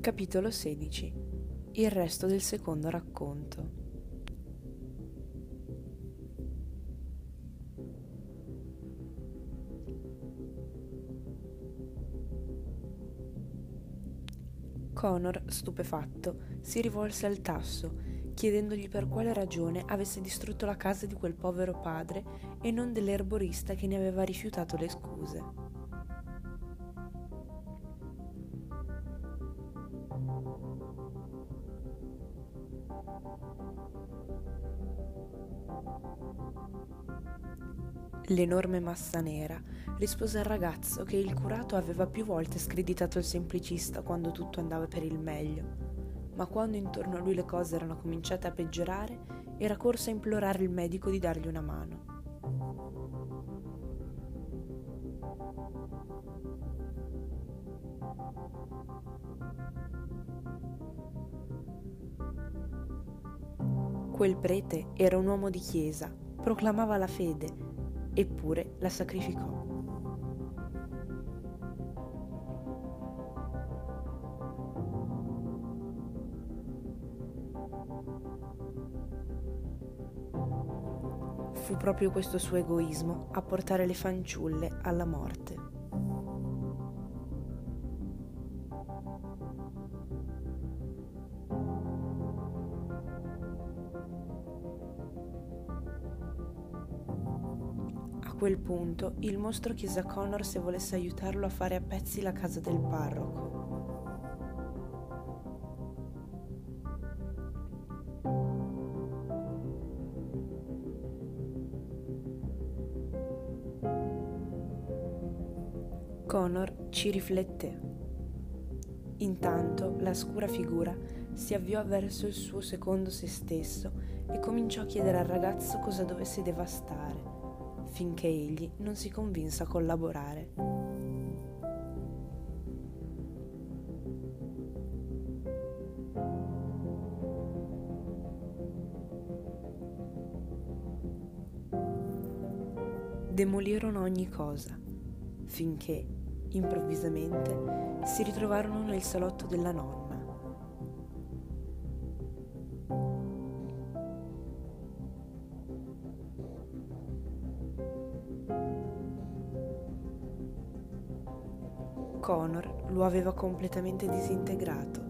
Capitolo 16. Il resto del secondo racconto. Connor, stupefatto, si rivolse al Tasso, chiedendogli per quale ragione avesse distrutto la casa di quel povero padre e non dell'erborista che ne aveva rifiutato le scuse. L'enorme massa nera rispose al ragazzo che il curato aveva più volte screditato il semplicista quando tutto andava per il meglio, ma quando intorno a lui le cose erano cominciate a peggiorare, era corso a implorare il medico di dargli una mano. Quel prete era un uomo di chiesa, proclamava la fede, eppure la sacrificò. Fu proprio questo suo egoismo a portare le fanciulle alla morte. A quel punto il mostro chiese a Connor se volesse aiutarlo a fare a pezzi la casa del parroco. Connor ci rifletté. Intanto la scura figura si avviò verso il suo secondo se stesso e cominciò a chiedere al ragazzo cosa dovesse devastare, finché egli non si convinse a collaborare. Demolirono ogni cosa, finché, improvvisamente, si ritrovarono nel salotto della nonna. Connor lo aveva completamente disintegrato.